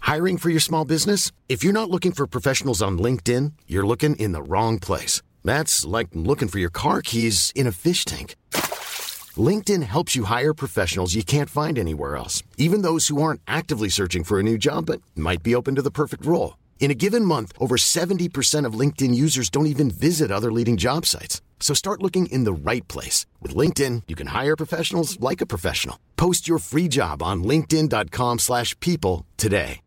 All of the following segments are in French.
Hiring for your small business? If you're not looking for professionals on LinkedIn, you're looking in the wrong place. That's like looking for your car keys in a fish tank. LinkedIn helps you hire professionals you can't find anywhere else, even those who aren't actively searching for a new job but might be open to the perfect role. In a given month, over 70% of LinkedIn users don't even visit other leading job sites. So start looking in the right place. With LinkedIn, you can hire professionals like a professional. Post your free job on linkedin.com/people today.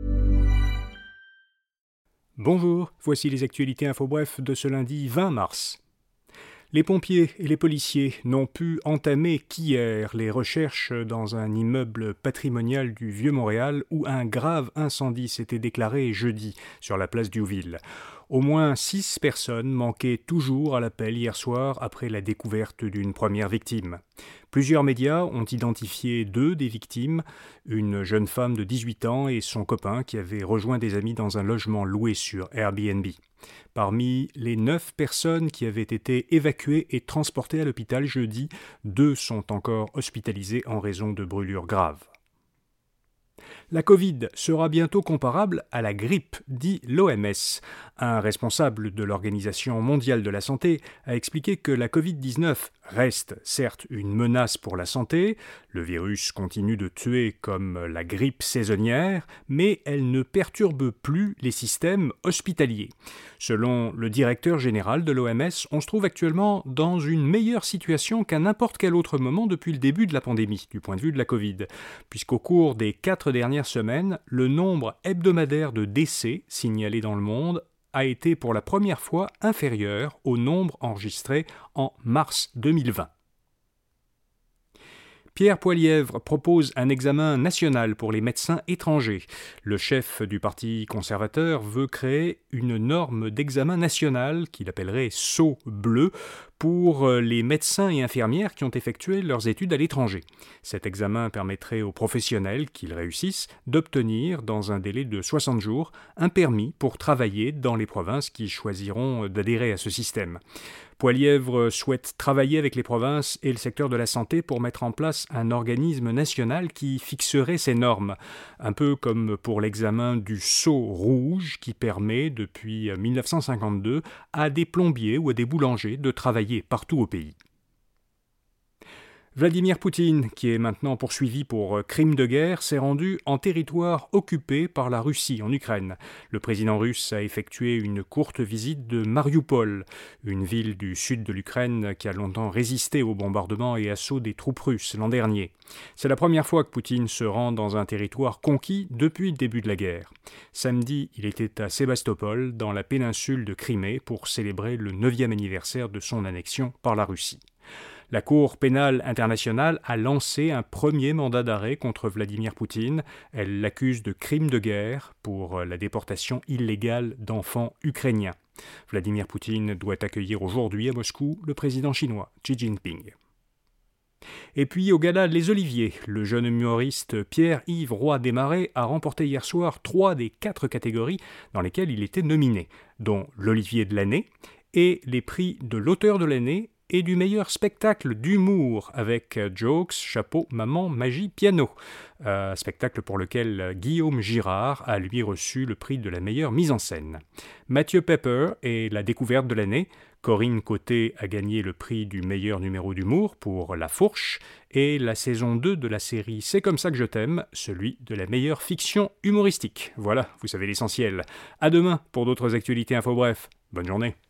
Bonjour, voici les actualités InfoBref de ce lundi 20 mars. Les pompiers et les policiers n'ont pu entamer qu'hier les recherches dans un immeuble patrimonial du Vieux-Montréal où un grave incendie s'était déclaré jeudi sur la place Diouville. Au moins 6 personnes manquaient toujours à l'appel hier soir après la découverte d'une première victime. Plusieurs médias ont identifié 2 des victimes, une jeune femme de 18 ans et son copain qui avait rejoint des amis dans un logement loué sur Airbnb. Parmi les 9 personnes qui avaient été évacuées et transportées à l'hôpital jeudi, 2 sont encore hospitalisées en raison de brûlures graves. La Covid sera bientôt comparable à la grippe, dit l'OMS. Un responsable de l'Organisation mondiale de la santé a expliqué que la Covid-19 reste certes une menace pour la santé, le virus continue de tuer comme la grippe saisonnière, mais elle ne perturbe plus les systèmes hospitaliers. Selon le directeur général de l'OMS, on se trouve actuellement dans une meilleure situation qu'à n'importe quel autre moment depuis le début de la pandémie, du point de vue de la Covid, puisqu'au cours des 4 dernières semaines, le nombre hebdomadaire de décès signalés dans le monde a été pour la première fois inférieur au nombre enregistré en mars 2020. Pierre Poilievre propose un examen national pour les médecins étrangers. Le chef du Parti conservateur veut créer une norme d'examen national qu'il appellerait Sceau bleu pour les médecins et infirmières qui ont effectué leurs études à l'étranger. Cet examen permettrait aux professionnels, qu'ils réussissent, d'obtenir, dans un délai de 60 jours, un permis pour travailler dans les provinces qui choisiront d'adhérer à ce système. Poilievre souhaite travailler avec les provinces et le secteur de la santé pour mettre en place un organisme national qui fixerait ces normes, un peu comme pour l'examen du sceau rouge qui permet, depuis 1952, à des plombiers ou à des boulangers de travailler partout au pays. Vladimir Poutine, qui est maintenant poursuivi pour crime de guerre, s'est rendu en territoire occupé par la Russie, en Ukraine. Le président russe a effectué une courte visite de Marioupol, une ville du sud de l'Ukraine qui a longtemps résisté aux bombardements et assauts des troupes russes l'an dernier. C'est la première fois que Poutine se rend dans un territoire conquis depuis le début de la guerre. Samedi, il était à Sébastopol, dans la péninsule de Crimée, pour célébrer le 9e anniversaire de son annexion par la Russie. La Cour pénale internationale a lancé un premier mandat d'arrêt contre Vladimir Poutine. Elle l'accuse de crime de guerre pour la déportation illégale d'enfants ukrainiens. Vladimir Poutine doit accueillir aujourd'hui à Moscou le président chinois Xi Jinping. Et puis au gala Les Oliviers, le jeune humoriste Pierre-Yves Roy Desmarais a remporté hier soir 3 des 4 catégories dans lesquelles il était nominé, dont l'Olivier de l'année et les prix de l'auteur de l'année et du meilleur spectacle d'humour avec Jokes, Chapeau, Maman, Magie, Piano. Spectacle pour lequel Guillaume Girard a lui reçu le prix de la meilleure mise en scène. Mathieu Pepper est la découverte de l'année. Corinne Côté a gagné le prix du meilleur numéro d'humour pour La Fourche et la saison 2 de la série C'est comme ça que je t'aime, celui de la meilleure fiction humoristique. Voilà, vous savez l'essentiel. À demain pour d'autres actualités InfoBref. Bonne journée.